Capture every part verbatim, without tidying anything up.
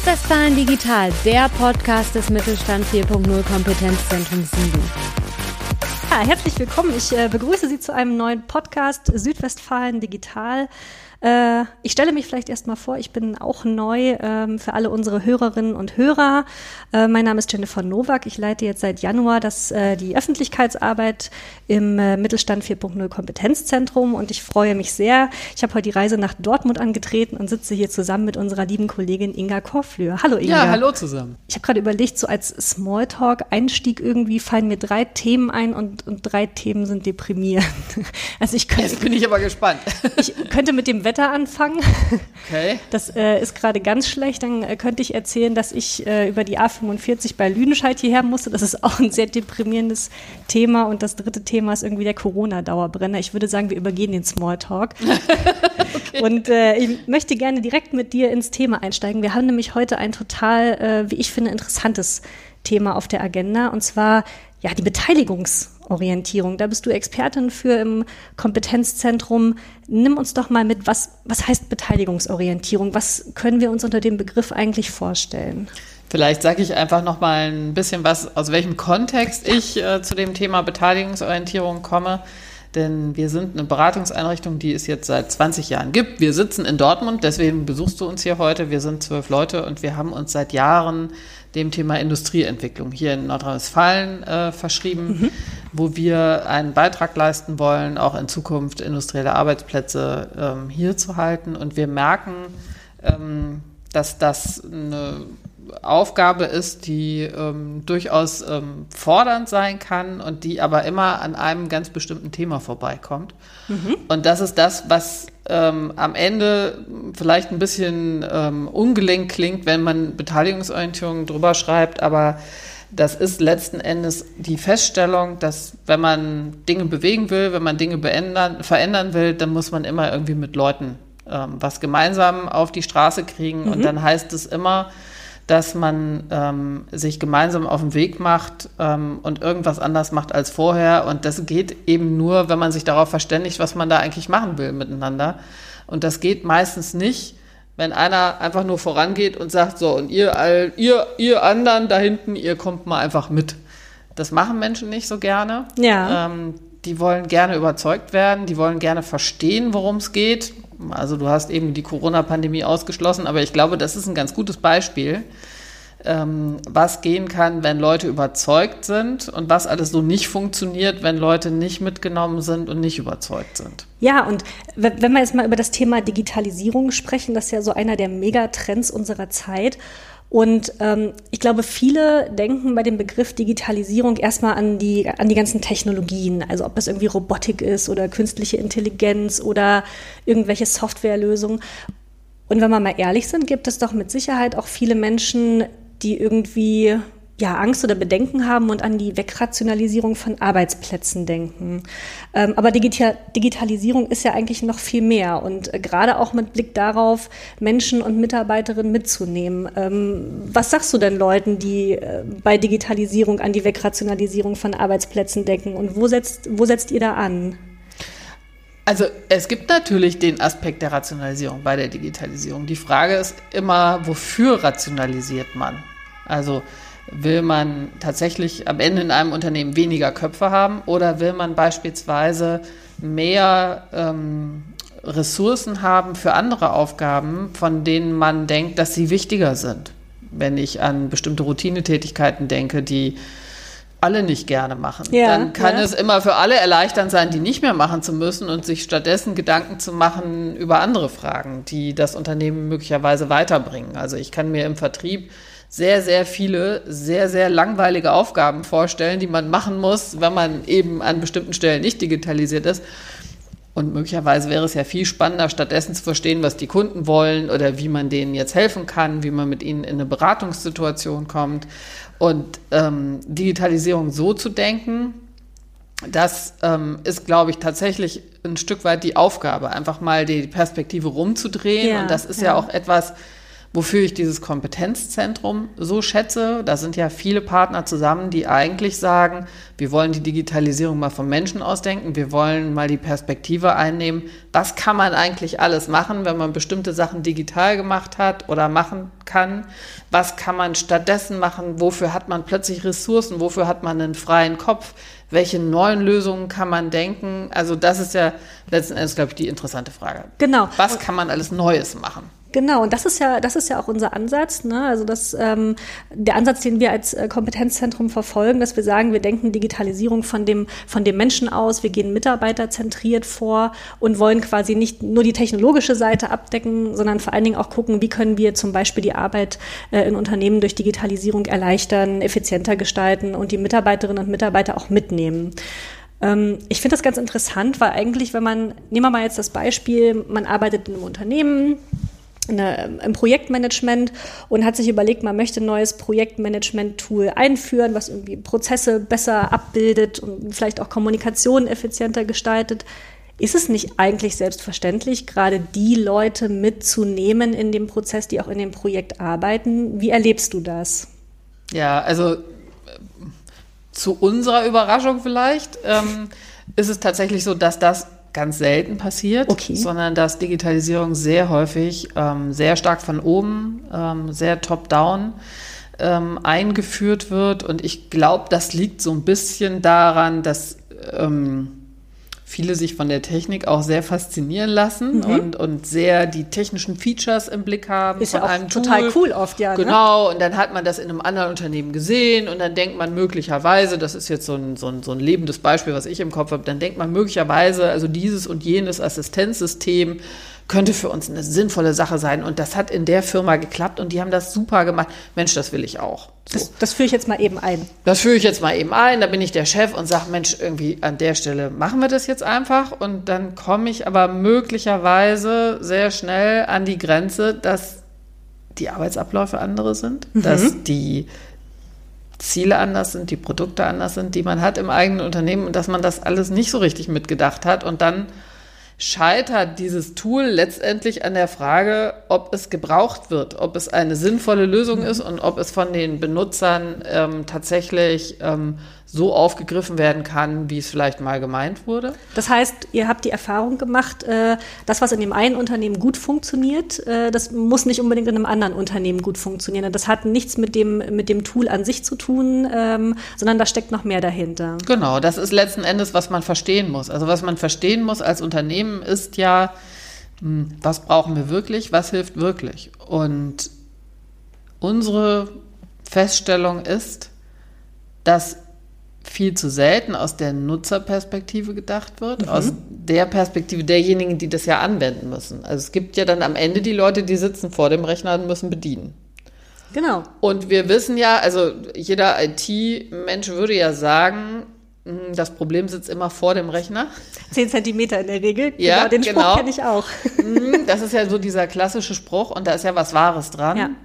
Südwestfalen Digital, der Podcast des Mittelstand vier Punkt null Kompetenzzentrum Siegen. Ja, herzlich willkommen. Ich äh, begrüße Sie zu einem neuen Podcast Südwestfalen Digital. Äh, ich stelle mich vielleicht erst mal vor, ich bin auch neu ähm, für alle unsere Hörerinnen und Hörer. Äh, mein Name ist Jennifer Nowak. Ich leite jetzt seit Januar das, äh, die Öffentlichkeitsarbeit im äh, Mittelstand vier Punkt null Kompetenzzentrum und ich freue mich sehr. Ich habe heute die Reise nach Dortmund angetreten und sitze hier zusammen mit unserer lieben Kollegin Inga Korflür. Hallo Inga. Ja, hallo zusammen. Ich habe gerade überlegt, so als Smalltalk-Einstieg irgendwie fallen mir drei Themen ein und, und drei Themen sind deprimierend. Also ich könnte, Jetzt bin ich aber gespannt. Ich könnte mit dem Wetter anfangen. Okay. Das äh, ist gerade ganz schlecht. Dann äh, könnte ich erzählen, dass ich äh, über die A fünfundvierzig bei Lüdenscheid hierher musste. Das ist auch ein sehr deprimierendes Thema. Und das dritte Thema ist irgendwie der Corona-Dauerbrenner. Ich würde sagen, wir übergehen den Smalltalk. Okay. Und äh, ich möchte gerne direkt mit dir ins Thema einsteigen. Wir haben nämlich heute ein total, äh, wie ich finde, interessantes Thema auf der Agenda. Und zwar ja die Beteiligungsorientierung. Da bist du Expertin für im Kompetenzzentrum. Nimm uns doch mal mit, was, was heißt Beteiligungsorientierung? Was können wir uns unter dem Begriff eigentlich vorstellen? Vielleicht sage ich einfach noch mal ein bisschen was, aus welchem Kontext ich äh, zu dem Thema Beteiligungsorientierung komme. Denn wir sind eine Beratungseinrichtung, die es jetzt seit zwanzig Jahren gibt. Wir sitzen in Dortmund, deswegen besuchst du uns hier heute. Wir sind zwölf Leute und wir haben uns seit Jahren dem Thema Industrieentwicklung hier in Nordrhein-Westfalen äh, verschrieben, mhm. wo wir einen Beitrag leisten wollen, auch in Zukunft industrielle Arbeitsplätze ähm, hier zu halten. Und wir merken, ähm, dass das eine Aufgabe ist, die ähm, durchaus ähm, fordernd sein kann und die aber immer an einem ganz bestimmten Thema vorbeikommt. Mhm. Und das ist das, was ähm, am Ende vielleicht ein bisschen ähm, ungelenk klingt, wenn man Beteiligungsorientierung drüber schreibt, aber das ist letzten Endes die Feststellung, dass wenn man Dinge bewegen will, wenn man Dinge beändern, verändern will, dann muss man immer irgendwie mit Leuten ähm, was gemeinsam auf die Straße kriegen. Mhm. Und dann heißt es immer, dass man ähm, sich gemeinsam auf den Weg macht ähm, und irgendwas anders macht als vorher. Und das geht eben nur, wenn man sich darauf verständigt, was man da eigentlich machen will miteinander. Und das geht meistens nicht, wenn einer einfach nur vorangeht und sagt, so, und ihr, all, ihr, ihr anderen da hinten, ihr kommt mal einfach mit. Das machen Menschen nicht so gerne. Ja. Ähm, die wollen gerne überzeugt werden, die wollen gerne verstehen, worum es geht. Also du hast eben die Corona-Pandemie ausgeschlossen, aber ich glaube, das ist ein ganz gutes Beispiel, ähm, was gehen kann, wenn Leute überzeugt sind und was alles so nicht funktioniert, wenn Leute nicht mitgenommen sind und nicht überzeugt sind. Ja, und wenn wir jetzt mal über das Thema Digitalisierung sprechen, das ist ja so einer der Megatrends unserer Zeit. Und ähm, ich glaube, viele denken bei dem Begriff Digitalisierung erstmal an die, an die ganzen Technologien, also ob das irgendwie Robotik ist oder künstliche Intelligenz oder irgendwelche Softwarelösungen. Und wenn wir mal ehrlich sind, gibt es doch mit Sicherheit auch viele Menschen, die irgendwie ja, Angst oder Bedenken haben und an die Wegrationalisierung von Arbeitsplätzen denken. Ähm, aber Digital- Digitalisierung ist ja eigentlich noch viel mehr und äh, gerade auch mit Blick darauf, Menschen und Mitarbeiterinnen mitzunehmen. Ähm, was sagst du denn Leuten, die äh, bei Digitalisierung an die Wegrationalisierung von Arbeitsplätzen denken und wo setzt, wo setzt ihr da an? Also es gibt natürlich den Aspekt der Rationalisierung bei der Digitalisierung. Die Frage ist immer, wofür rationalisiert man? Also will man tatsächlich am Ende in einem Unternehmen weniger Köpfe haben oder will man beispielsweise mehr ähm, Ressourcen haben für andere Aufgaben, von denen man denkt, dass sie wichtiger sind? Wenn ich an bestimmte Routinetätigkeiten denke, die alle nicht gerne machen, ja, dann kann ja. es immer für alle erleichternd sein, die nicht mehr machen zu müssen und sich stattdessen Gedanken zu machen über andere Fragen, die das Unternehmen möglicherweise weiterbringen. Also ich kann mir im Vertrieb sehr, sehr viele, sehr, sehr langweilige Aufgaben vorstellen, die man machen muss, wenn man eben an bestimmten Stellen nicht digitalisiert ist. Und möglicherweise wäre es ja viel spannender, stattdessen zu verstehen, was die Kunden wollen oder wie man denen jetzt helfen kann, wie man mit ihnen in eine Beratungssituation kommt. Und ähm, Digitalisierung so zu denken, das ähm, ist, glaube ich, tatsächlich ein Stück weit die Aufgabe, einfach mal die Perspektive rumzudrehen. Ja, und das ist ja, ja auch etwas, wofür ich dieses Kompetenzzentrum so schätze. Da sind ja viele Partner zusammen, die eigentlich sagen, wir wollen die Digitalisierung mal vom Menschen ausdenken, wir wollen mal die Perspektive einnehmen, was kann man eigentlich alles machen, wenn man bestimmte Sachen digital gemacht hat oder machen kann, was kann man stattdessen machen, wofür hat man plötzlich Ressourcen, wofür hat man einen freien Kopf, welche neuen Lösungen kann man denken, also das ist ja letzten Endes, glaube ich, die interessante Frage. Genau. Was kann man alles Neues machen? Genau, und das ist ja, das ist ja auch unser Ansatz, ne? Also das, ähm, der Ansatz, den wir als äh, Kompetenzzentrum verfolgen, dass wir sagen, wir denken Digitalisierung von dem, von dem Menschen aus, wir gehen mitarbeiterzentriert vor und wollen quasi nicht nur die technologische Seite abdecken, sondern vor allen Dingen auch gucken, wie können wir zum Beispiel die Arbeit äh, in Unternehmen durch Digitalisierung erleichtern, effizienter gestalten und die Mitarbeiterinnen und Mitarbeiter auch mitnehmen. Ähm, ich finde das ganz interessant, weil eigentlich, wenn man, nehmen wir mal jetzt das Beispiel, man arbeitet in einem Unternehmen, Eine, im Projektmanagement und hat sich überlegt, man möchte ein neues Projektmanagement-Tool einführen, was irgendwie Prozesse besser abbildet und vielleicht auch Kommunikation effizienter gestaltet. Ist es nicht eigentlich selbstverständlich, gerade die Leute mitzunehmen in dem Prozess, die auch in dem Projekt arbeiten? Wie erlebst du das? Ja, also zu unserer Überraschung vielleicht ähm, ist es tatsächlich so, dass das ganz selten passiert, okay. sondern dass Digitalisierung sehr häufig ähm, sehr stark von oben, ähm, sehr top-down ähm, eingeführt wird. Und ich glaube, das liegt so ein bisschen daran, dass ähm, viele sich von der Technik auch sehr faszinieren lassen mhm. und, und sehr die technischen Features im Blick haben. Ist von ja auch einem total Tool. cool oft, ja. Genau, ne? Und dann hat man das in einem anderen Unternehmen gesehen und dann denkt man möglicherweise, das ist jetzt so ein, so ein, so ein lebendes Beispiel, was ich im Kopf habe, dann denkt man möglicherweise, also dieses und jenes Assistenzsystem könnte für uns eine sinnvolle Sache sein. Und das hat in der Firma geklappt und die haben das super gemacht. Mensch, das will ich auch. So. Das, das führe ich jetzt mal eben ein. Das führe ich jetzt mal eben ein. Da bin ich der Chef und sage, Mensch, irgendwie an der Stelle machen wir das jetzt einfach. Und dann komme ich aber möglicherweise sehr schnell an die Grenze, dass die Arbeitsabläufe andere sind, mhm. dass die Ziele anders sind, die Produkte anders sind, die man hat im eigenen Unternehmen und dass man das alles nicht so richtig mitgedacht hat. Und dann scheitert dieses Tool letztendlich an der Frage, ob es gebraucht wird, ob es eine sinnvolle Lösung mhm. ist und ob es von den Benutzern ähm, tatsächlich ähm, so aufgegriffen werden kann, wie es vielleicht mal gemeint wurde. Das heißt, ihr habt die Erfahrung gemacht, äh, das, was in dem einen Unternehmen gut funktioniert, äh, das muss nicht unbedingt in einem anderen Unternehmen gut funktionieren. Das hat nichts mit dem, mit dem Tool an sich zu tun, ähm, sondern da steckt noch mehr dahinter. Genau, das ist letzten Endes, was man verstehen muss. Also was man verstehen muss als Unternehmen ist ja, was brauchen wir wirklich, was hilft wirklich? Und unsere Feststellung ist, dass viel zu selten aus der Nutzerperspektive gedacht wird, mhm. aus der Perspektive derjenigen, die das ja anwenden müssen. Also es gibt ja dann am Ende die Leute, die sitzen vor dem Rechner und müssen bedienen. Genau. Und wir wissen ja, also jeder I T-Mensch würde ja sagen, das Problem sitzt immer vor dem Rechner. Zehn Zentimeter in der Regel. Ja, genau, den genau. Spruch kenne ich auch. Das ist ja so dieser klassische Spruch und da ist ja was Wahres dran. Ja.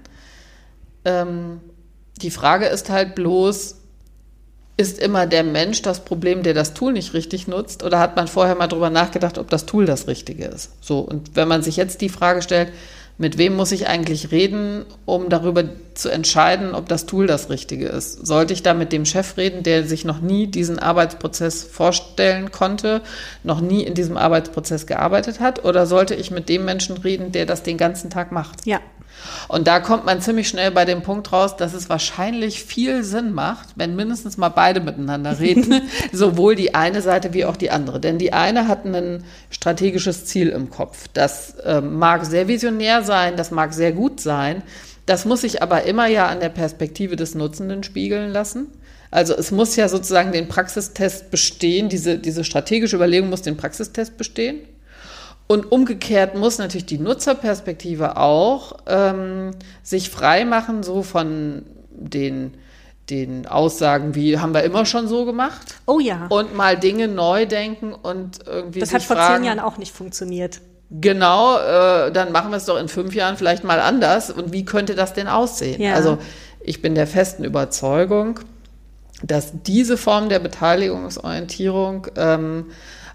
Ähm, die Frage ist halt bloß, ist immer der Mensch das Problem, der das Tool nicht richtig nutzt? Oder hat man vorher mal drüber nachgedacht, ob das Tool das Richtige ist? So, und wenn man sich jetzt die Frage stellt, mit wem muss ich eigentlich reden, um darüber zu entscheiden, ob das Tool das Richtige ist? Sollte ich da mit dem Chef reden, der sich noch nie diesen Arbeitsprozess vorstellen konnte, noch nie in diesem Arbeitsprozess gearbeitet hat? Oder sollte ich mit dem Menschen reden, der das den ganzen Tag macht? Ja. Und da kommt man ziemlich schnell bei dem Punkt raus, dass es wahrscheinlich viel Sinn macht, wenn mindestens mal beide miteinander reden, sowohl die eine Seite wie auch die andere. Denn die eine hat ein strategisches Ziel im Kopf. Das äh, mag sehr visionär sein, das mag sehr gut sein. Das muss sich aber immer ja an der Perspektive des Nutzenden spiegeln lassen. Also es muss ja sozusagen den Praxistest bestehen, diese, diese strategische Überlegung muss den Praxistest bestehen. Und umgekehrt muss natürlich die Nutzerperspektive auch ähm, sich frei machen, so von den, den Aussagen, wie haben wir immer schon so gemacht. Oh ja. Und mal Dinge neu denken und irgendwie Das sich hat vor fragen, zehn Jahren auch nicht funktioniert. Genau, äh, dann machen wir es doch in fünf Jahren vielleicht mal anders. Und wie könnte das denn aussehen? Ja. Also ich bin der festen Überzeugung, dass diese Form der Beteiligungsorientierung ähm,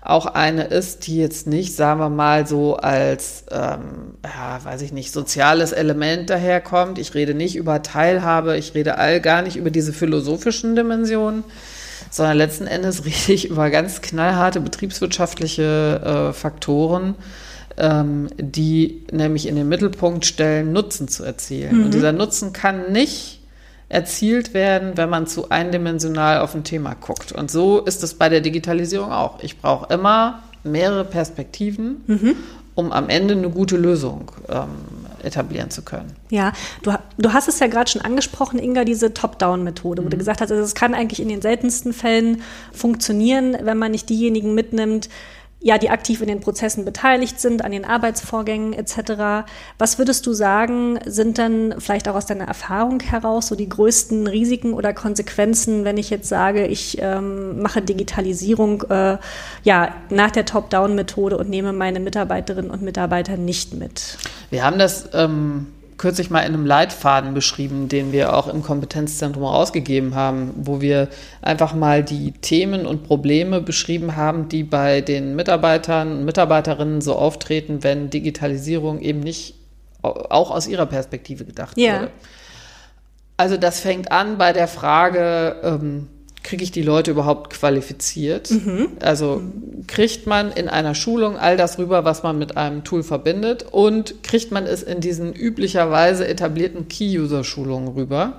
auch eine ist, die jetzt nicht, sagen wir mal, so als, ähm, ja, weiß ich nicht, soziales Element daherkommt. Ich rede nicht über Teilhabe, ich rede all gar nicht über diese philosophischen Dimensionen, sondern letzten Endes rede ich über ganz knallharte betriebswirtschaftliche äh, Faktoren, ähm, die nämlich in den Mittelpunkt stellen, Nutzen zu erzielen. Mhm. Und dieser Nutzen kann nicht erzielt werden, wenn man zu eindimensional auf ein Thema guckt. Und so ist es bei der Digitalisierung auch. Ich brauche immer mehrere Perspektiven, mhm. um am Ende eine gute Lösung ähm, etablieren zu können. Ja, du, du hast es ja gerade schon angesprochen, Inga, diese Top-Down-Methode, wo mhm. du gesagt hast, also es kann eigentlich in den seltensten Fällen funktionieren, wenn man nicht diejenigen mitnimmt, ja, die aktiv in den Prozessen beteiligt sind, an den Arbeitsvorgängen et cetera. Was würdest du sagen, sind dann vielleicht auch aus deiner Erfahrung heraus so die größten Risiken oder Konsequenzen, wenn ich jetzt sage, ich ähm, mache Digitalisierung äh, ja, nach der Top-Down-Methode und nehme meine Mitarbeiterinnen und Mitarbeiter nicht mit? Wir haben das ähm kürzlich mal in einem Leitfaden beschrieben, den wir auch im Kompetenzzentrum rausgegeben haben, wo wir einfach mal die Themen und Probleme beschrieben haben, die bei den Mitarbeitern und Mitarbeiterinnen so auftreten, wenn Digitalisierung eben nicht auch aus ihrer Perspektive gedacht ja. wurde. Also das fängt an bei der Frage, ähm, kriege ich die Leute überhaupt qualifiziert? Mhm. Also kriegt man in einer Schulung all das rüber, was man mit einem Tool verbindet, und kriegt man es in diesen üblicherweise etablierten Key-User-Schulungen rüber?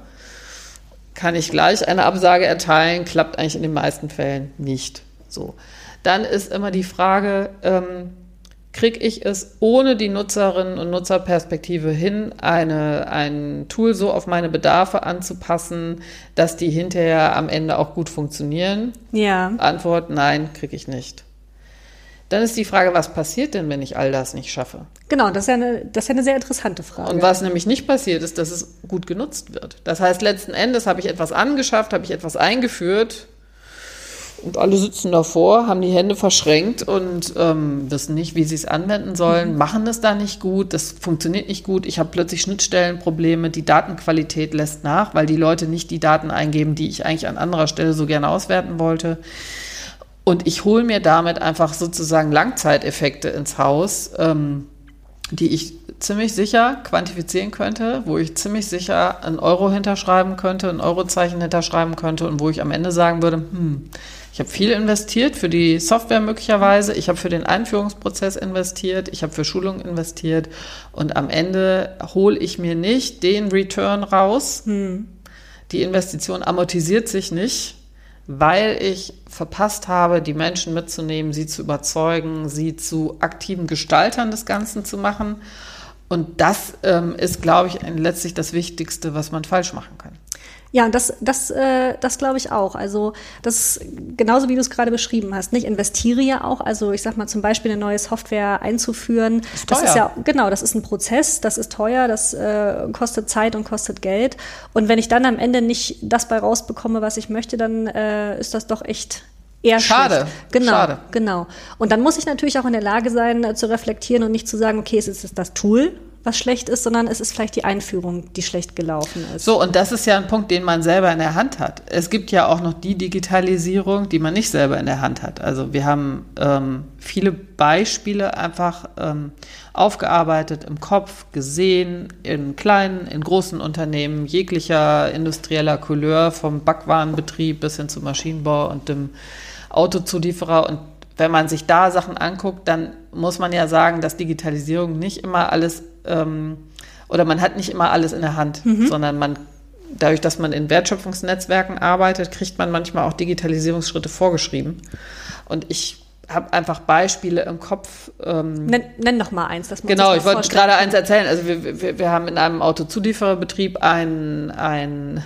Kann ich gleich eine Absage erteilen? Klappt eigentlich in den meisten Fällen nicht so. Dann ist immer die Frage, ähm, kriege ich es ohne die Nutzerinnen und Nutzerperspektive hin, eine, ein Tool so auf meine Bedarfe anzupassen, dass die hinterher am Ende auch gut funktionieren? Ja. Antwort, nein, kriege ich nicht. Dann ist die Frage, was passiert denn, wenn ich all das nicht schaffe? Genau, das ist ja eine, das ist ja eine sehr interessante Frage. Und was nämlich nicht passiert, ist, dass es gut genutzt wird. Das heißt, letzten Endes habe ich etwas angeschafft, habe ich etwas eingeführt, und alle sitzen davor, haben die Hände verschränkt und ähm, wissen nicht, wie sie es anwenden sollen, mhm. machen es da nicht gut, das funktioniert nicht gut. Ich habe plötzlich Schnittstellenprobleme, die Datenqualität lässt nach, weil die Leute nicht die Daten eingeben, die ich eigentlich an anderer Stelle so gerne auswerten wollte. Und ich hole mir damit einfach sozusagen Langzeiteffekte ins Haus, ähm, die ich ziemlich sicher quantifizieren könnte, wo ich ziemlich sicher ein Euro hinterschreiben könnte, ein Eurozeichen hinterschreiben könnte und wo ich am Ende sagen würde, hm, ich habe viel investiert für die Software möglicherweise, ich habe für den Einführungsprozess investiert, ich habe für Schulungen investiert und am Ende hole ich mir nicht den Return raus. Hm. Die Investition amortisiert sich nicht, weil ich verpasst habe, die Menschen mitzunehmen, sie zu überzeugen, sie zu aktiven Gestaltern des Ganzen zu machen. Und das ähm, ist, glaube ich, letztlich das Wichtigste, was man falsch machen kann. Ja, und das, das, äh, das glaube ich auch. Also das genauso wie du es gerade beschrieben hast. Nicht investiere ja auch. Also ich sag mal zum Beispiel eine neue Software einzuführen. Ist das teuer. ist ja genau, das ist ein Prozess. Das ist teuer. Das äh, kostet Zeit und kostet Geld. Und wenn ich dann am Ende nicht das bei rausbekomme, was ich möchte, dann äh, ist das doch echt eher schade. Schlecht. Genau, Schade. Genau. Und dann muss ich natürlich auch in der Lage sein, äh, zu reflektieren und nicht zu sagen, okay, es ist das Tool, was schlecht ist, sondern es ist vielleicht die Einführung, die schlecht gelaufen ist. So, und das ist ja ein Punkt, den man selber in der Hand hat. Es gibt ja auch noch die Digitalisierung, die man nicht selber in der Hand hat. Also wir haben ähm, viele Beispiele einfach ähm, aufgearbeitet, im Kopf, gesehen, in kleinen, in großen Unternehmen, jeglicher industrieller Couleur, vom Backwarenbetrieb bis hin zum Maschinenbau und dem Autozulieferer. Und wenn man sich da Sachen anguckt, dann muss man ja sagen, dass Digitalisierung nicht immer alles ähm, oder man hat nicht immer alles in der Hand, mhm. sondern man, dadurch, dass man in Wertschöpfungsnetzwerken arbeitet, kriegt man manchmal auch Digitalisierungsschritte vorgeschrieben. Und ich habe einfach Beispiele im Kopf. Ähm, nenn, nenn doch mal eins. Dass man genau, sich ich wollte gerade eins erzählen. Also wir, wir, wir haben in einem Autozuliefererbetrieb ein, ein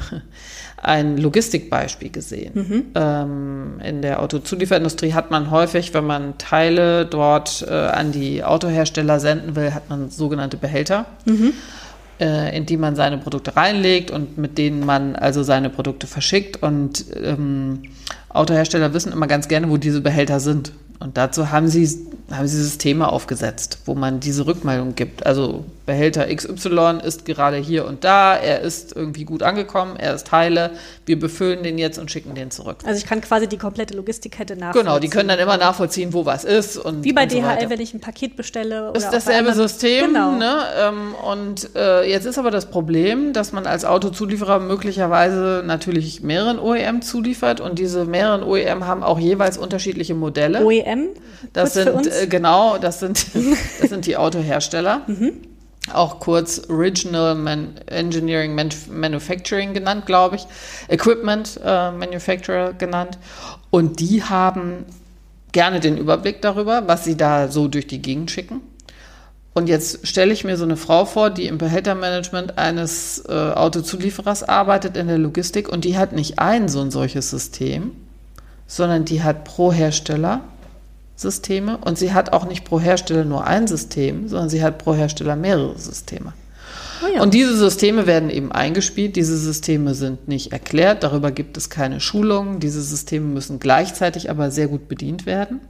ein Logistikbeispiel gesehen. Mhm. Ähm, in der Autozulieferindustrie hat man häufig, wenn man Teile dort äh, an die Autohersteller senden will, hat man sogenannte Behälter, mhm. äh, in die man seine Produkte reinlegt und mit denen man also seine Produkte verschickt. Und ähm, Autohersteller wissen immer ganz gerne, wo diese Behälter sind. Und dazu haben sie, haben sie Systeme aufgesetzt, wo man diese Rückmeldung gibt. Also Behälter X Y ist gerade hier und da, er ist irgendwie gut angekommen, er ist heile, wir befüllen den jetzt und schicken den zurück. Also ich kann quasi die komplette Logistikkette nachvollziehen. Genau, die können dann immer nachvollziehen, wo was ist. Und, wie bei und D H L, so wenn ich ein Paket bestelle. Ist dasselbe System. Genau. Ne? Und äh, jetzt ist aber das Problem, dass man als Autozulieferer möglicherweise natürlich mehreren O E M zuliefert und diese mehreren O E M haben auch jeweils unterschiedliche Modelle. O E M? Das sind, äh, genau, das sind, das sind die Autohersteller. Mhm. Auch kurz Original Man- Engineering Man- Manufacturing genannt, glaube ich. Equipment äh, Manufacturer genannt. Und die haben gerne den Überblick darüber, was sie da so durch die Gegend schicken. Und jetzt stelle ich mir so eine Frau vor, die im Behältermanagement eines äh, Autozulieferers arbeitet in der Logistik und die hat nicht ein so ein solches System, sondern die hat pro Hersteller Systeme und sie hat auch nicht pro Hersteller nur ein System, sondern sie hat pro Hersteller mehrere Systeme. Oh ja. Und diese Systeme werden eben eingespielt, diese Systeme sind nicht erklärt, darüber gibt es keine Schulungen, diese Systeme müssen gleichzeitig aber sehr gut bedient werden.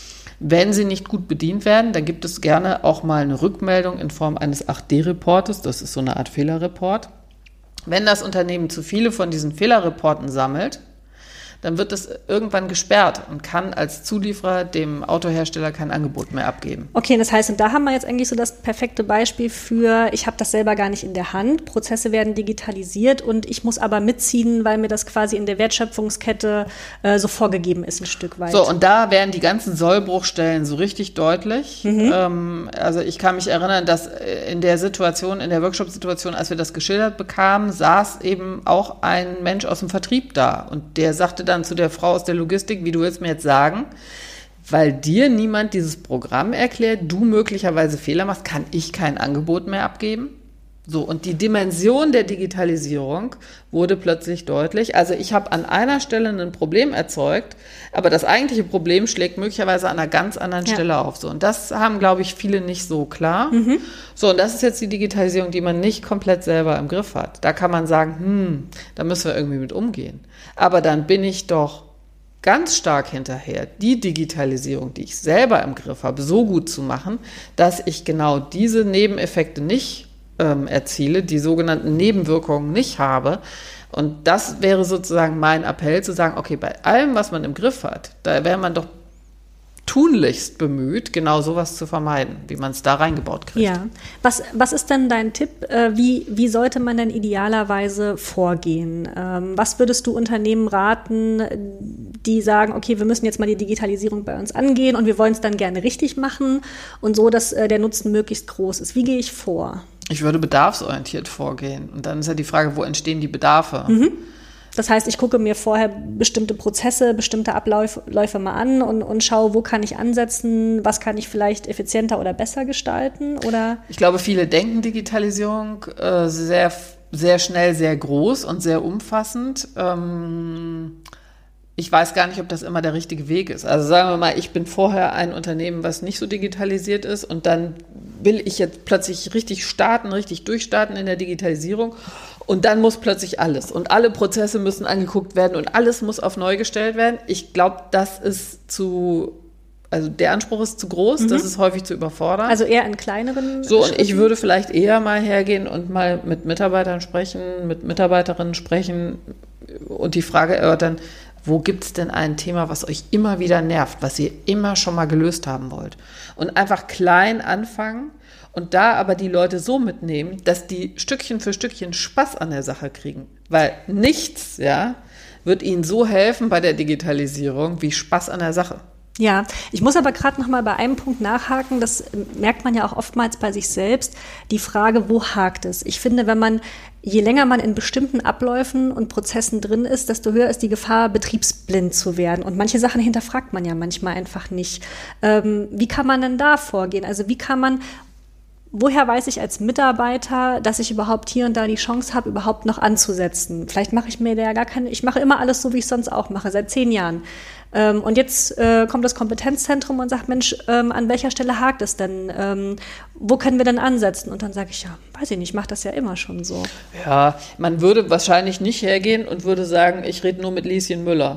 Wenn sie nicht gut bedient werden, dann gibt es gerne auch mal eine Rückmeldung in Form eines acht D Reportes, das ist so eine Art Fehlerreport. Wenn das Unternehmen zu viele von diesen Fehlerreporten sammelt, dann wird es irgendwann gesperrt und kann als Zulieferer dem Autohersteller kein Angebot mehr abgeben. Okay, das heißt, und da haben wir jetzt eigentlich so das perfekte Beispiel für, ich habe das selber gar nicht in der Hand, Prozesse werden digitalisiert und ich muss aber mitziehen, weil mir das quasi in der Wertschöpfungskette äh, so vorgegeben ist, ein Stück weit. So, und da werden die ganzen Sollbruchstellen so richtig deutlich. Mhm. Ähm, also ich kann mich erinnern, dass in der Situation, in der Workshop-Situation, als wir das geschildert bekamen, saß eben auch ein Mensch aus dem Vertrieb da und der sagte dann, dann zu der Frau aus der Logistik, wie du willst mir jetzt sagen, weil dir niemand dieses Programm erklärt, du möglicherweise Fehler machst, kann ich kein Angebot mehr abgeben. So, und die Dimension der Digitalisierung wurde plötzlich deutlich. Also ich habe an einer Stelle ein Problem erzeugt, aber das eigentliche Problem schlägt möglicherweise an einer ganz anderen ja. Stelle auf. So, und das haben, glaube ich, viele nicht so klar. Mhm. So, und das ist jetzt die Digitalisierung, die man nicht komplett selber im Griff hat. Da kann man sagen, hm, da müssen wir irgendwie mit umgehen. Aber dann bin ich doch ganz stark hinterher, die Digitalisierung, die ich selber im Griff habe, so gut zu machen, dass ich genau diese Nebeneffekte nicht ähm, erziele, die sogenannten Nebenwirkungen nicht habe. Und das wäre sozusagen mein Appell, zu sagen, okay, bei allem, was man im Griff hat, da wäre man doch tunlichst bemüht, genau sowas zu vermeiden, wie man es da reingebaut kriegt. Ja. Was, was ist denn dein Tipp? Wie, wie sollte man denn idealerweise vorgehen? Was würdest du Unternehmen raten, die sagen, okay, wir müssen jetzt mal die Digitalisierung bei uns angehen und wir wollen es dann gerne richtig machen und so, dass der Nutzen möglichst groß ist? Wie gehe ich vor? Ich würde bedarfsorientiert vorgehen. Und dann ist ja die Frage, wo entstehen die Bedarfe? Mhm. Das heißt, ich gucke mir vorher bestimmte Prozesse, bestimmte Abläufe Läufe mal an und, und schaue, wo kann ich ansetzen, was kann ich vielleicht effizienter oder besser gestalten? Oder? Ich glaube, viele denken Digitalisierung äh, sehr, sehr schnell, sehr groß und sehr umfassend. Ähm, ich weiß gar nicht, ob das immer der richtige Weg ist. Also sagen wir mal, ich bin vorher ein Unternehmen, was nicht so digitalisiert ist und dann will ich jetzt plötzlich richtig starten, richtig durchstarten in der Digitalisierung. Und dann muss plötzlich alles und alle Prozesse müssen angeguckt werden und alles muss auf neu gestellt werden. Ich glaube, das ist zu, also der Anspruch ist zu groß, mhm. das ist häufig zu überfordern. Also eher in kleineren So, und ich würde vielleicht eher mal hergehen und mal mit Mitarbeitern sprechen, mit Mitarbeiterinnen sprechen und die Frage erörtern, wo gibt es denn ein Thema, was euch immer wieder nervt, was ihr immer schon mal gelöst haben wollt? Und einfach klein anfangen. Und da aber die Leute so mitnehmen, dass die Stückchen für Stückchen Spaß an der Sache kriegen. Weil nichts, ja, wird ihnen so helfen bei der Digitalisierung wie Spaß an der Sache. Ja, ich muss aber gerade noch mal bei einem Punkt nachhaken, das merkt man ja auch oftmals bei sich selbst, die Frage, wo hakt es? Ich finde, wenn man, je länger man in bestimmten Abläufen und Prozessen drin ist, desto höher ist die Gefahr, betriebsblind zu werden. Und manche Sachen hinterfragt man ja manchmal einfach nicht. Ähm, wie kann man denn da vorgehen? Also wie kann man Woher weiß ich als Mitarbeiter, dass ich überhaupt hier und da die Chance habe, überhaupt noch anzusetzen? Vielleicht mache ich mir da ja gar keine, ich mache immer alles so, wie ich es sonst auch mache, seit zehn Jahren. Ähm, und jetzt äh, kommt das Kompetenzzentrum und sagt, Mensch, ähm, an welcher Stelle hakt es denn? Ähm, wo können wir denn ansetzen? Und dann sage ich, ja, weiß ich nicht, ich mache das ja immer schon so. Ja, man würde wahrscheinlich nicht hergehen und würde sagen, ich rede nur mit Lieschen Müller.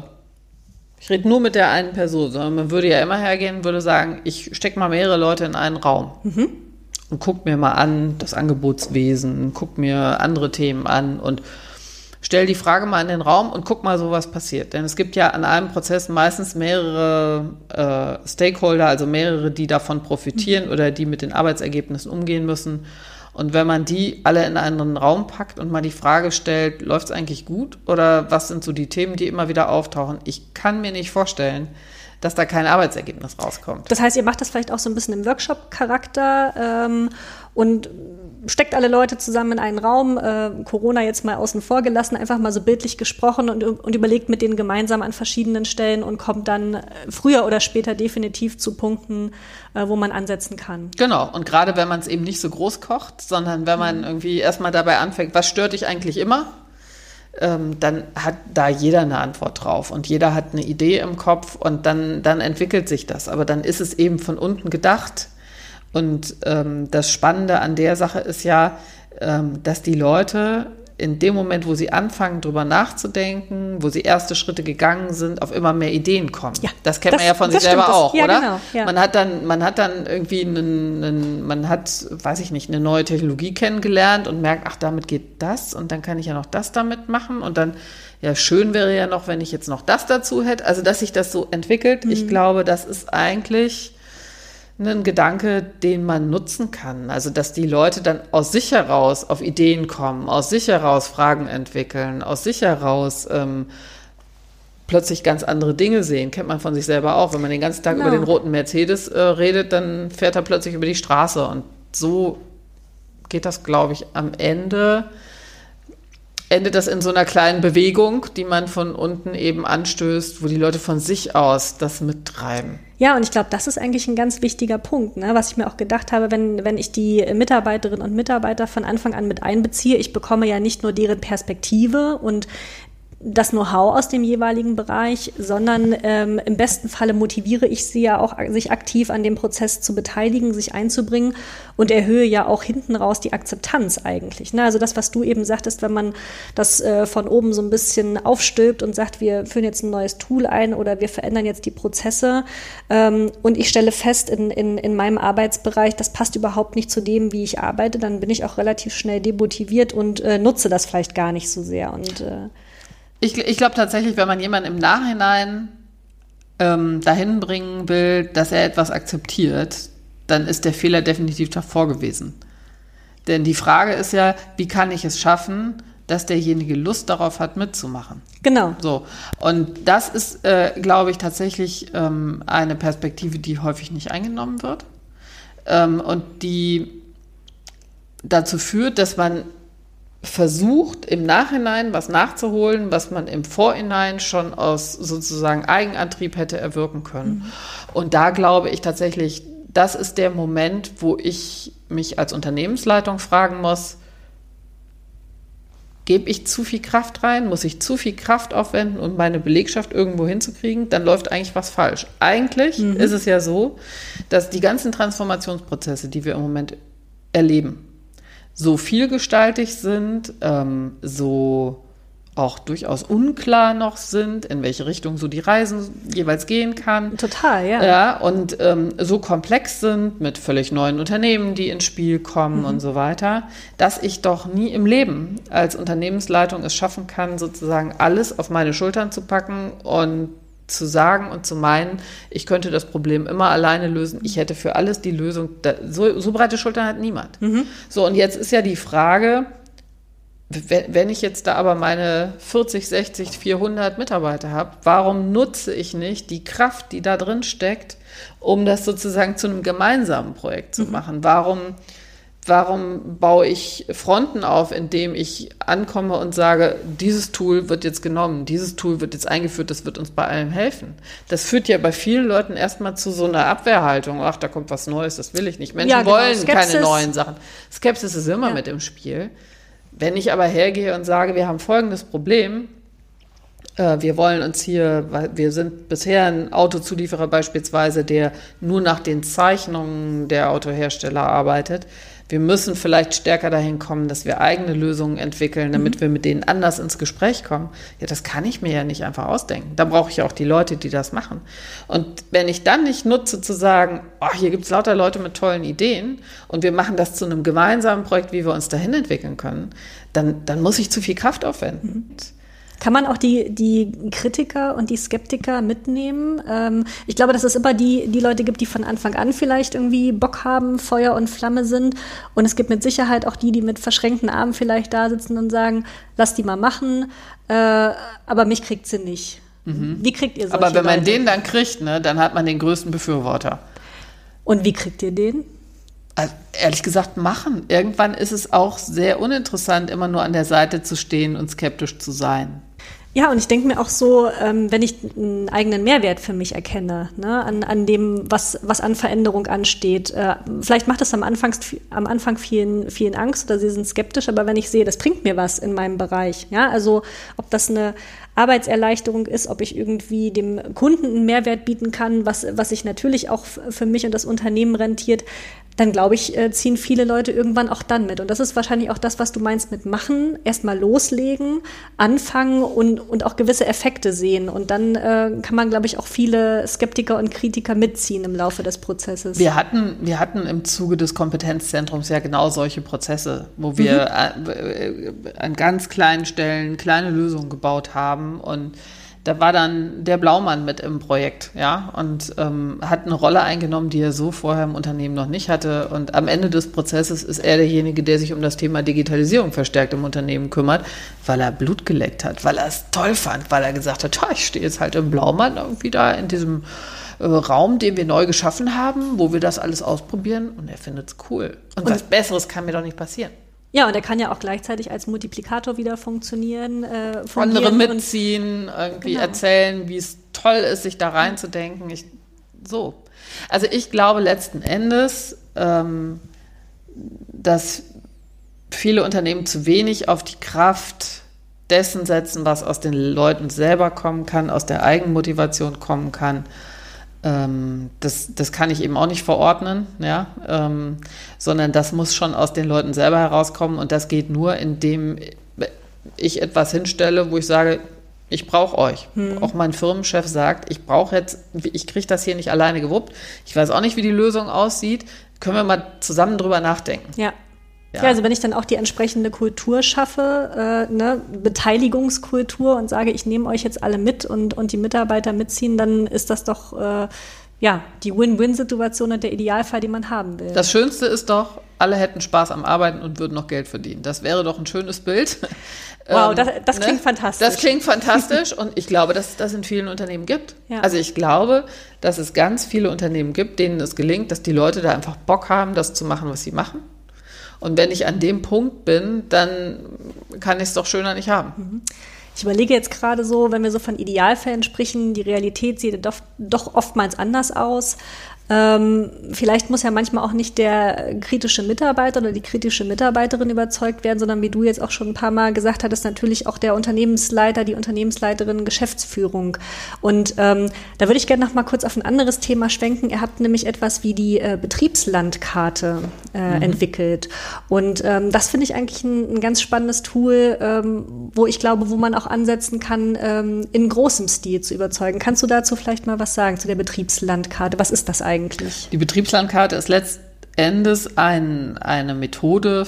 Ich rede nur mit der einen Person, sondern man würde ja immer hergehen und würde sagen, ich stecke mal mehrere Leute in einen Raum. Mhm. und gucke mir mal an das Angebotswesen, gucke mir andere Themen an und stell die Frage mal in den Raum und guck mal so, was passiert. Denn es gibt ja an einem Prozess meistens mehrere äh, Stakeholder, also mehrere, die davon profitieren mhm. oder die mit den Arbeitsergebnissen umgehen müssen. Und wenn man die alle in einen Raum packt und mal die Frage stellt, läuft es eigentlich gut? Oder was sind so die Themen, die immer wieder auftauchen? Ich kann mir nicht vorstellen, dass da kein Arbeitsergebnis rauskommt. Das heißt, ihr macht das vielleicht auch so ein bisschen im Workshop-Charakter ähm, und steckt alle Leute zusammen in einen Raum, äh, Corona jetzt mal außen vor gelassen, einfach mal so bildlich gesprochen und, und überlegt mit denen gemeinsam an verschiedenen Stellen und kommt dann früher oder später definitiv zu Punkten, äh, wo man ansetzen kann. Genau, und gerade wenn man es eben nicht so groß kocht, sondern wenn man mhm. irgendwie erstmal dabei anfängt, was stört dich eigentlich immer? Ähm, dann hat da jeder eine Antwort drauf und jeder hat eine Idee im Kopf und dann, dann entwickelt sich das. Aber dann ist es eben von unten gedacht. Und ähm, das Spannende an der Sache ist ja, ähm, dass die Leute in dem Moment, wo sie anfangen, drüber nachzudenken, wo sie erste Schritte gegangen sind, auf immer mehr Ideen kommen. Ja, das kennt das, man ja von sich selber stimmt, auch, das, ja, oder? Genau, ja. Man hat dann, man hat dann irgendwie einen, einen, man hat, weiß ich nicht, eine neue Technologie kennengelernt und merkt, ach, damit geht das und dann kann ich ja noch das damit machen und dann, ja, schön wäre ja noch, wenn ich jetzt noch das dazu hätte. Also, dass sich das so entwickelt, mhm. ich glaube, das ist eigentlich ein Gedanke, den man nutzen kann. Also, dass die Leute dann aus sich heraus auf Ideen kommen, aus sich heraus Fragen entwickeln, aus sich heraus ähm, plötzlich ganz andere Dinge sehen. Kennt man von sich selber auch. Wenn man den ganzen Tag genau. über den roten Mercedes äh, redet, dann fährt er plötzlich über die Straße. Und so geht das, glaube ich, am Ende. Endet das in so einer kleinen Bewegung, die man von unten eben anstößt, wo die Leute von sich aus das mittreiben. Ja, und ich glaube, das ist eigentlich ein ganz wichtiger Punkt, ne? Was ich mir auch gedacht habe, wenn, wenn ich die Mitarbeiterinnen und Mitarbeiter von Anfang an mit einbeziehe, ich bekomme ja nicht nur deren Perspektive und das Know-how aus dem jeweiligen Bereich, sondern ähm, im besten Falle motiviere ich sie ja auch, sich aktiv an dem Prozess zu beteiligen, sich einzubringen und erhöhe ja auch hinten raus die Akzeptanz eigentlich. Ne? Also das, was du eben sagtest, wenn man das äh, von oben so ein bisschen aufstülpt und sagt, wir führen jetzt ein neues Tool ein oder wir verändern jetzt die Prozesse ähm, und ich stelle fest in, in, in meinem Arbeitsbereich, das passt überhaupt nicht zu dem, wie ich arbeite, dann bin ich auch relativ schnell demotiviert und äh, nutze das vielleicht gar nicht so sehr und äh, Ich, ich glaube tatsächlich, wenn man jemanden im Nachhinein ähm, dahin bringen will, dass er etwas akzeptiert, dann ist der Fehler definitiv davor gewesen. Denn die Frage ist ja, wie kann ich es schaffen, dass derjenige Lust darauf hat, mitzumachen? Genau. So. Und das ist, äh, glaube ich, tatsächlich ähm, eine Perspektive, die häufig nicht eingenommen wird ähm, und die dazu führt, dass man versucht, im Nachhinein was nachzuholen, was man im Vorhinein schon aus sozusagen Eigenantrieb hätte erwirken können. Mhm. Und da glaube ich tatsächlich, das ist der Moment, wo ich mich als Unternehmensleitung fragen muss, gebe ich zu viel Kraft rein, muss ich zu viel Kraft aufwenden, um meine Belegschaft irgendwo hinzukriegen, dann läuft eigentlich was falsch. Eigentlich mhm. ist es ja so, dass die ganzen Transformationsprozesse, die wir im Moment erleben, so vielgestaltig sind, ähm, so auch durchaus unklar noch sind, in welche Richtung so die Reisen jeweils gehen kann. Total, ja. Ja, und ähm, so komplex sind mit völlig neuen Unternehmen, die ins Spiel kommen mhm. und so weiter, dass ich doch nie im Leben als Unternehmensleitung es schaffen kann, sozusagen alles auf meine Schultern zu packen und zu sagen und zu meinen, ich könnte das Problem immer alleine lösen, ich hätte für alles die Lösung, so, so breite Schultern hat niemand. Mhm. So, und jetzt ist ja die Frage, wenn ich jetzt da aber meine vierzig, sechzig, vierhundert Mitarbeiter habe, warum nutze ich nicht die Kraft, die da drin steckt, um das sozusagen zu einem gemeinsamen Projekt zu mhm. machen? Warum Warum baue ich Fronten auf, indem ich ankomme und sage, dieses Tool wird jetzt genommen, dieses Tool wird jetzt eingeführt, das wird uns bei allem helfen. Das führt ja bei vielen Leuten erstmal zu so einer Abwehrhaltung. Ach, da kommt was Neues, das will ich nicht. Menschen ja, genau. wollen Skepsis. Keine neuen Sachen. Skepsis ist immer ja. mit im Spiel. Wenn ich aber hergehe und sage, wir haben folgendes Problem, äh, wir wollen uns hier, wir sind bisher ein Autozulieferer beispielsweise, der nur nach den Zeichnungen der Autohersteller arbeitet. wir müssen vielleicht stärker dahin kommen, dass wir eigene Lösungen entwickeln, damit mhm. wir mit denen anders ins Gespräch kommen. Ja, das kann ich mir ja nicht einfach ausdenken. Da brauche ich ja auch die Leute, die das machen. Und wenn ich dann nicht nutze, zu sagen, oh, hier gibt es lauter Leute mit tollen Ideen und wir machen das zu einem gemeinsamen Projekt, wie wir uns dahin entwickeln können, dann, dann muss ich zu viel Kraft aufwenden. Mhm. Kann man auch die, die Kritiker und die Skeptiker mitnehmen? Ähm, ich glaube, dass es immer die, die Leute gibt, die von Anfang an vielleicht irgendwie Bock haben, Feuer und Flamme sind. Und es gibt mit Sicherheit auch die, die mit verschränkten Armen vielleicht da sitzen und sagen, lass die mal machen, äh, aber mich kriegt sie nicht. Mhm. Wie kriegt ihr solche Aber wenn man Leute? den dann kriegt, ne, dann hat man den größten Befürworter. Und wie kriegt ihr den? Also, ehrlich gesagt, machen. Irgendwann ist es auch sehr uninteressant, immer nur an der Seite zu stehen und skeptisch zu sein. Ja, und ich denke mir auch so, ähm, wenn ich einen eigenen Mehrwert für mich erkenne, ne, an, an dem, was, was an Veränderung ansteht. Äh, vielleicht macht das am Anfang, am Anfang vielen, vielen Angst oder sie sind skeptisch, aber wenn ich sehe, das bringt mir was in meinem Bereich, ja, also ob das eine Arbeitserleichterung ist, ob ich irgendwie dem Kunden einen Mehrwert bieten kann, was, was sich natürlich auch für mich und das Unternehmen rentiert, dann glaube ich, ziehen viele Leute irgendwann auch dann mit. Und das ist wahrscheinlich auch das, was du meinst mit machen, erstmal loslegen, anfangen und, und auch gewisse Effekte sehen. Und dann äh, kann man, glaube ich, auch viele Skeptiker und Kritiker mitziehen im Laufe des Prozesses. Wir hatten, wir hatten im Zuge des Kompetenzzentrums ja genau solche Prozesse, wo wir mhm. an, an ganz kleinen Stellen kleine Lösungen gebaut haben und da war dann der Blaumann mit im Projekt, ja, und ähm, hat eine Rolle eingenommen, die er so vorher im Unternehmen noch nicht hatte. Und am Ende des Prozesses ist er derjenige, der sich um das Thema Digitalisierung verstärkt im Unternehmen kümmert, weil er Blut geleckt hat, weil er es toll fand, weil er gesagt hat, ich stehe jetzt halt im Blaumann irgendwie da in diesem äh, Raum, den wir neu geschaffen haben, wo wir das alles ausprobieren und er findet es cool. Und, und was Besseres kann mir doch nicht passieren. Ja, und er kann ja auch gleichzeitig als Multiplikator wieder funktionieren. Äh, Andere mitziehen, irgendwie genau. erzählen, wie es toll ist, sich da reinzudenken. Ich, so. Also ich glaube letzten Endes, ähm, dass viele Unternehmen zu wenig auf die Kraft dessen setzen, was aus den Leuten selber kommen kann, aus der Eigenmotivation kommen kann. Das, das kann ich eben auch nicht verordnen, ja, ähm, sondern das muss schon aus den Leuten selber herauskommen und das geht nur, indem ich etwas hinstelle, wo ich sage, ich brauche euch. Hm. Auch mein Firmenchef sagt, ich brauche jetzt, ich kriege das hier nicht alleine gewuppt, ich weiß auch nicht, wie die Lösung aussieht, können wir mal zusammen drüber nachdenken. Ja. Ja. ja, also wenn ich dann auch die entsprechende Kultur schaffe, äh, ne, Beteiligungskultur und sage, ich nehme euch jetzt alle mit und, und die Mitarbeiter mitziehen, dann ist das doch äh, ja, die Win-Win-Situation und der Idealfall, den man haben will. Das Schönste ist doch, alle hätten Spaß am Arbeiten und würden noch Geld verdienen. Das wäre doch ein schönes Bild. Wow, das, das klingt ne? fantastisch. Das klingt fantastisch und ich glaube, dass es das in vielen Unternehmen gibt. Ja. Also ich glaube, dass es ganz viele Unternehmen gibt, denen es gelingt, dass die Leute da einfach Bock haben, das zu machen, was sie machen. Und wenn ich an dem Punkt bin, dann kann ich es doch schöner nicht haben. Ich überlege jetzt gerade so, wenn wir so von Idealfällen sprechen, die Realität sieht doch, doch oftmals anders aus. Ähm, vielleicht muss ja manchmal auch nicht der kritische Mitarbeiter oder die kritische Mitarbeiterin überzeugt werden, sondern wie du jetzt auch schon ein paar Mal gesagt hattest, natürlich auch der Unternehmensleiter, die Unternehmensleiterin, Geschäftsführung. Und ähm, da würde ich gerne noch mal kurz auf ein anderes Thema schwenken. Ihr habt nämlich etwas wie die äh, Betriebslandkarte äh, mhm. entwickelt. Und ähm, das finde ich eigentlich ein, ein ganz spannendes Tool, ähm, wo ich glaube, wo man auch ansetzen kann, ähm, in großem Stil zu überzeugen. Kannst du dazu vielleicht mal was sagen, zu der Betriebslandkarte? Was ist das eigentlich? Eigentlich? Die Betriebslandkarte ist letztendlich ein, eine Methode,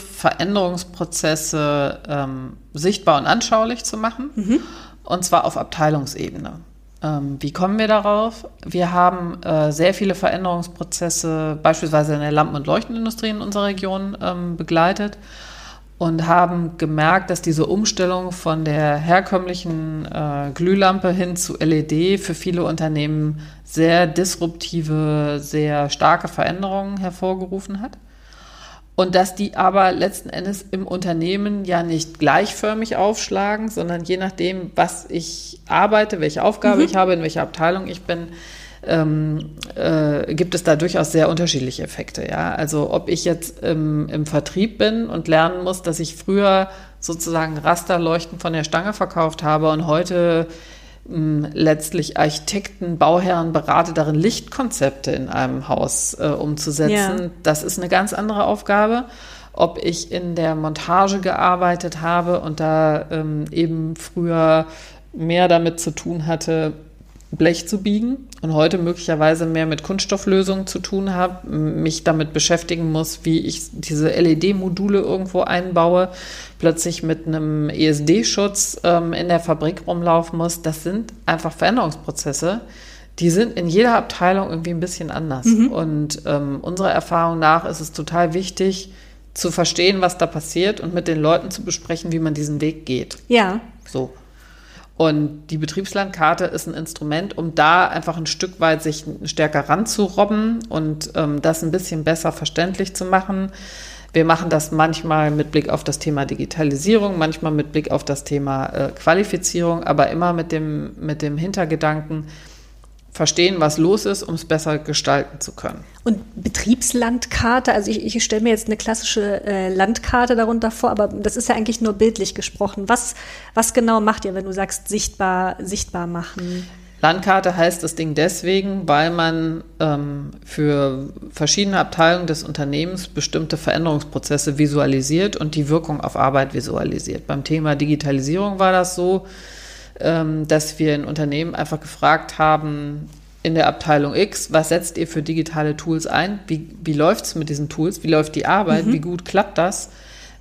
Veränderungsprozesse ähm, sichtbar und anschaulich zu machen, mhm. und zwar auf Abteilungsebene. Ähm, wie kommen wir darauf? Wir haben äh, sehr viele Veränderungsprozesse, beispielsweise in der Lampen- und Leuchtenindustrie in unserer Region ähm, begleitet und haben gemerkt, dass diese Umstellung von der herkömmlichen äh, Glühlampe hin zu L E D für viele Unternehmen sehr disruptive, sehr starke Veränderungen hervorgerufen hat. Und dass die aber letzten Endes im Unternehmen ja nicht gleichförmig aufschlagen, sondern je nachdem, was ich arbeite, welche Aufgabe mhm. ich habe, in welcher Abteilung ich bin, Ähm, äh, gibt es da durchaus sehr unterschiedliche Effekte. Ja? Also ob ich jetzt ähm, im Vertrieb bin und lernen muss, dass ich früher sozusagen Rasterleuchten von der Stange verkauft habe und heute letztlich Architekten, Bauherren berate darin, Lichtkonzepte in einem Haus äh, umzusetzen. Ja. Das ist eine ganz andere Aufgabe. Ob ich in der Montage gearbeitet habe und da ähm, eben früher mehr damit zu tun hatte, Blech zu biegen und heute möglicherweise mehr mit Kunststofflösungen zu tun habe, mich damit beschäftigen muss, wie ich diese L E D-Module irgendwo einbaue, plötzlich mit einem E S D-Schutz ähm, in der Fabrik rumlaufen muss. Das sind einfach Veränderungsprozesse, die sind in jeder Abteilung irgendwie ein bisschen anders. Mhm. Und ähm, unserer Erfahrung nach ist es total wichtig, zu verstehen, was da passiert und mit den Leuten zu besprechen, wie man diesen Weg geht. Ja. So. Und die Betriebslandkarte ist ein Instrument, um da einfach ein Stück weit sich stärker ranzurobben und ähm, das ein bisschen besser verständlich zu machen. Wir machen das manchmal mit Blick auf das Thema Digitalisierung, manchmal mit Blick auf das Thema äh, Qualifizierung, aber immer mit dem, mit dem Hintergedanken, verstehen, was los ist, um es besser gestalten zu können. Und Betriebslandkarte, also ich, ich stelle mir jetzt eine klassische äh, Landkarte darunter vor, aber das ist ja eigentlich nur bildlich gesprochen. Was, was genau macht ihr, wenn du sagst, sichtbar, sichtbar machen? Landkarte heißt das Ding deswegen, weil man ähm, für verschiedene Abteilungen des Unternehmens bestimmte Veränderungsprozesse visualisiert und die Wirkung auf Arbeit visualisiert. Beim Thema Digitalisierung war das so, dass wir in Unternehmen einfach gefragt haben, in der Abteilung X, was setzt ihr für digitale Tools ein? Wie, wie läuft es mit diesen Tools? Wie läuft die Arbeit? Mhm. Wie gut klappt das?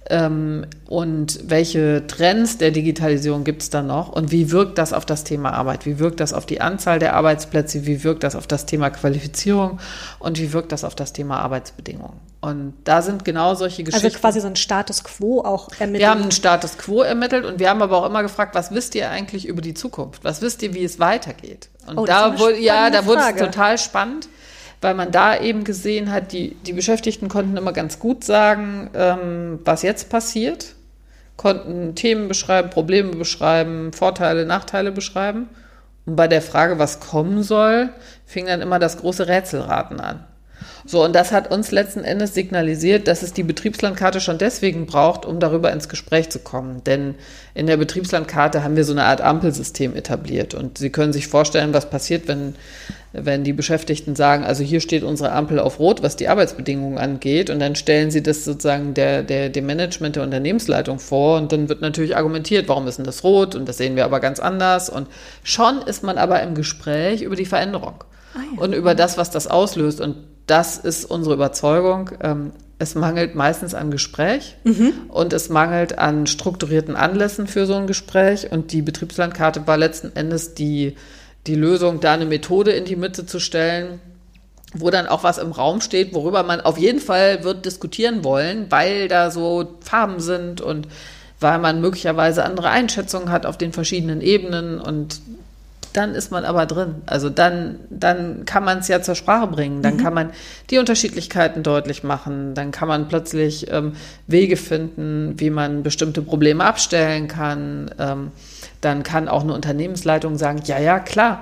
Und welche Trends der Digitalisierung gibt es da noch? Und wie wirkt das auf das Thema Arbeit? Wie wirkt das auf die Anzahl der Arbeitsplätze? Wie wirkt das auf das Thema Qualifizierung? Und wie wirkt das auf das Thema Arbeitsbedingungen? Und da sind genau solche Geschichten. Also quasi so ein Status Quo auch ermittelt. Wir haben einen Status Quo ermittelt und wir haben aber auch immer gefragt, was wisst ihr eigentlich über die Zukunft? Was wisst ihr, wie es weitergeht? Und oh, da wurde, ja, da wurde es total spannend, weil man da eben gesehen hat, die, die Beschäftigten konnten immer ganz gut sagen, ähm, was jetzt passiert, konnten Themen beschreiben, Probleme beschreiben, Vorteile, Nachteile beschreiben. Und bei der Frage, was kommen soll, fing dann immer das große Rätselraten an. So, und das hat uns letzten Endes signalisiert, dass es die Betriebslandkarte schon deswegen braucht, um darüber ins Gespräch zu kommen. Denn in der Betriebslandkarte haben wir so eine Art Ampelsystem etabliert. Und Sie können sich vorstellen, was passiert, wenn, wenn die Beschäftigten sagen, also hier steht unsere Ampel auf Rot, was die Arbeitsbedingungen angeht. Und dann stellen Sie das sozusagen der, der, dem Management der Unternehmensleitung vor. Und dann wird natürlich argumentiert, warum ist denn das rot? Und das sehen wir aber ganz anders. Und schon ist man aber im Gespräch über die Veränderung ah, ja. und über das, was das auslöst. Und das ist unsere Überzeugung. Es mangelt meistens an Gespräch mhm. und es mangelt an strukturierten Anlässen für so ein Gespräch. Und die Betriebslandkarte war letzten Endes die, die Lösung, da eine Methode in die Mitte zu stellen, wo dann auch was im Raum steht, worüber man auf jeden Fall wird diskutieren wollen, weil da so Farben sind und weil man möglicherweise andere Einschätzungen hat auf den verschiedenen Ebenen und dann ist man aber drin. Also dann, dann kann man es ja zur Sprache bringen. Dann mhm. kann man die Unterschiedlichkeiten deutlich machen. Dann kann man plötzlich ähm, Wege finden, wie man bestimmte Probleme abstellen kann. Ähm, dann kann auch eine Unternehmensleitung sagen, ja, ja, klar,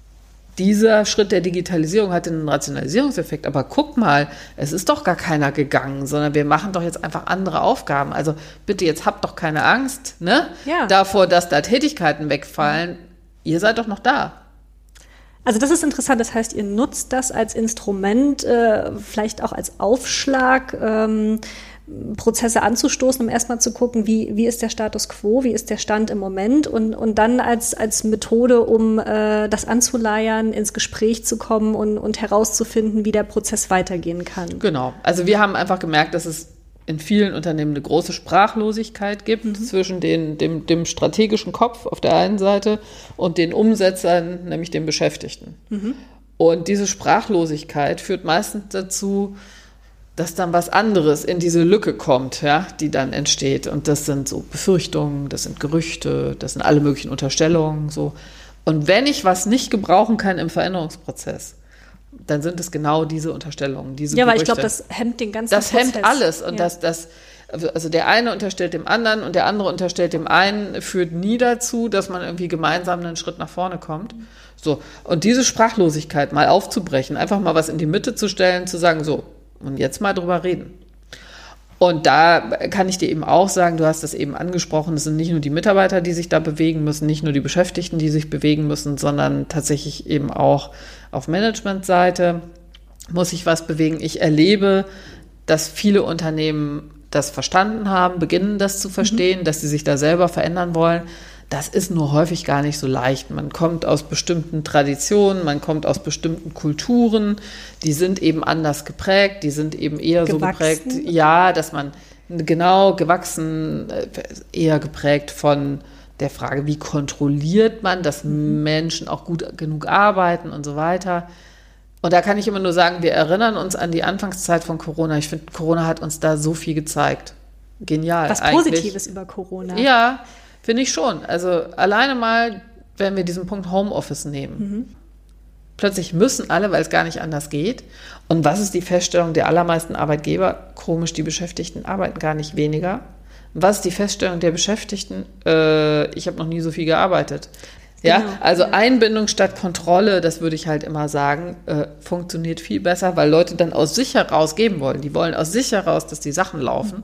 dieser Schritt der Digitalisierung hatte einen Rationalisierungseffekt. Aber guck mal, es ist doch gar keiner gegangen, sondern wir machen doch jetzt einfach andere Aufgaben. Also bitte, jetzt habt doch keine Angst, ne? Ja. davor, dass da Tätigkeiten wegfallen. Ihr seid doch noch da. Also das ist interessant. Das heißt, ihr nutzt das als Instrument, äh, vielleicht auch als Aufschlag, ähm, Prozesse anzustoßen, um erstmal zu gucken, wie, wie ist der Status quo, wie ist der Stand im Moment und, und dann als, als Methode, um äh, das anzuleiern, ins Gespräch zu kommen und, und herauszufinden, wie der Prozess weitergehen kann. Genau. Also wir haben einfach gemerkt, dass es in vielen Unternehmen eine große Sprachlosigkeit gibt mhm. zwischen den, dem, dem strategischen Kopf auf der einen Seite und den Umsetzern, nämlich den Beschäftigten. Mhm. Und diese Sprachlosigkeit führt meistens dazu, dass dann was anderes in diese Lücke kommt, ja, die dann entsteht. Und das sind so Befürchtungen, das sind Gerüchte, das sind alle möglichen Unterstellungen. So. Und wenn ich was nicht gebrauchen kann im Veränderungsprozess, dann sind es genau diese Unterstellungen, diese Ja, Gerüchte. weil ich glaube, das hemmt den ganzen Das Prozess. hemmt alles. Und ja. das, das, also der eine unterstellt dem anderen und der andere unterstellt dem einen, führt nie dazu, dass man irgendwie gemeinsam einen Schritt nach vorne kommt. So. Und diese Sprachlosigkeit mal aufzubrechen, einfach mal was in die Mitte zu stellen, zu sagen, so, und jetzt mal drüber reden. Und da kann ich dir eben auch sagen, du hast das eben angesprochen, es sind nicht nur die Mitarbeiter, die sich da bewegen müssen, nicht nur die Beschäftigten, die sich bewegen müssen, sondern tatsächlich eben auch auf Managementseite muss sich was bewegen. Ich erlebe, dass viele Unternehmen das verstanden haben, beginnen das zu verstehen, mhm. dass sie sich da selber verändern wollen. Das ist nur häufig gar nicht so leicht. Man kommt aus bestimmten Traditionen, man kommt aus bestimmten Kulturen, die sind eben anders geprägt, die sind eben eher gewachsen. so geprägt, ja, dass man genau gewachsen, eher geprägt von der Frage, wie kontrolliert man, dass mhm. Menschen auch gut genug arbeiten und so weiter. Und da kann ich immer nur sagen, wir erinnern uns an die Anfangszeit von Corona. Ich finde, Corona hat uns da so viel gezeigt. Genial. Was eigentlich. Positives über Corona. Ja, finde ich schon. Also alleine mal, wenn wir diesen Punkt Homeoffice nehmen. Mhm. Plötzlich müssen alle, weil es gar nicht anders geht. Und was ist die Feststellung der allermeisten Arbeitgeber? Komisch, die Beschäftigten arbeiten gar nicht weniger. Was ist die Feststellung der Beschäftigten? Äh, ich habe noch nie so viel gearbeitet. Ja, genau. Also Einbindung statt Kontrolle, das würde ich halt immer sagen, äh, funktioniert viel besser, weil Leute dann aus sich heraus geben wollen. Die wollen aus sich heraus, dass die Sachen laufen. Mhm.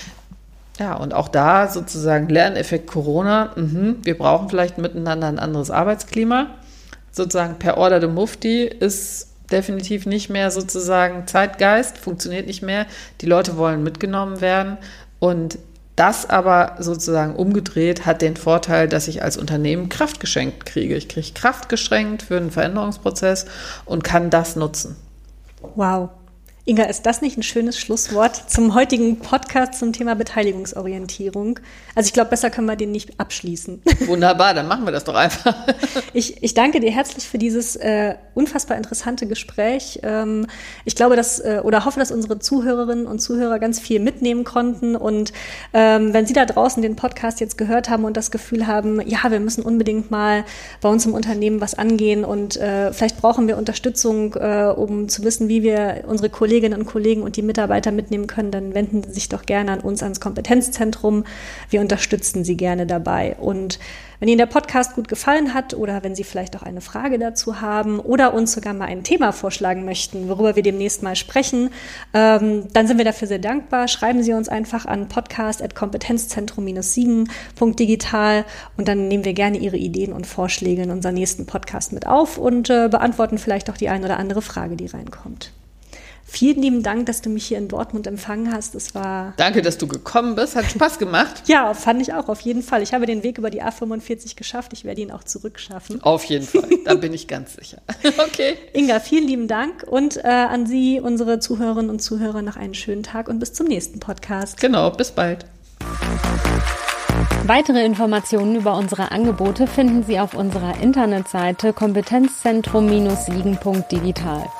Ja, und auch da sozusagen Lerneffekt Corona. Mhm, wir brauchen vielleicht miteinander ein anderes Arbeitsklima. Sozusagen per Order de Mufti ist definitiv nicht mehr sozusagen Zeitgeist, funktioniert nicht mehr. Die Leute wollen mitgenommen werden und das aber sozusagen umgedreht hat den Vorteil, dass ich als Unternehmen Kraft geschenkt kriege. Ich kriege Kraft geschenkt für einen Veränderungsprozess und kann das nutzen. Wow. Inga, ist das nicht ein schönes Schlusswort zum heutigen Podcast zum Thema Beteiligungsorientierung? Also ich glaube, besser können wir den nicht abschließen. Wunderbar, dann machen wir das doch einfach. Ich, ich danke dir herzlich für dieses äh, unfassbar interessante Gespräch. Ähm, ich glaube, dass äh, oder hoffe, dass unsere Zuhörerinnen und Zuhörer ganz viel mitnehmen konnten. Und ähm, wenn Sie da draußen den Podcast jetzt gehört haben und das Gefühl haben, ja, wir müssen unbedingt mal bei uns im Unternehmen was angehen und äh, vielleicht brauchen wir Unterstützung, äh, um zu wissen, wie wir unsere Kolleginnen und Kollegen und die Mitarbeiter mitnehmen können, dann wenden Sie sich doch gerne an uns, ans Kompetenzzentrum. Wir unterstützen Sie gerne dabei. Und wenn Ihnen der Podcast gut gefallen hat oder wenn Sie vielleicht auch eine Frage dazu haben oder uns sogar mal ein Thema vorschlagen möchten, worüber wir demnächst mal sprechen, ähm, dann sind wir dafür sehr dankbar. Schreiben Sie uns einfach an podcast at kompetenzzentrum siegen punkt digital und dann nehmen wir gerne Ihre Ideen und Vorschläge in unseren nächsten Podcast mit auf und äh, beantworten vielleicht auch die ein oder andere Frage, die reinkommt. Vielen lieben Dank, dass du mich hier in Dortmund empfangen hast. Es war Danke, dass du gekommen bist. Hat Spaß gemacht. Ja, fand ich auch, auf jeden Fall. Ich habe den Weg über die A fünfundvierzig geschafft. Ich werde ihn auch zurückschaffen. Auf jeden Fall, da bin ich ganz sicher. Okay. Inga, vielen lieben Dank und äh, an Sie, unsere Zuhörerinnen und Zuhörer, noch einen schönen Tag und bis zum nächsten Podcast. Genau, bis bald. Weitere Informationen über unsere Angebote finden Sie auf unserer Internetseite kompetenzzentrum siegen punkt digital.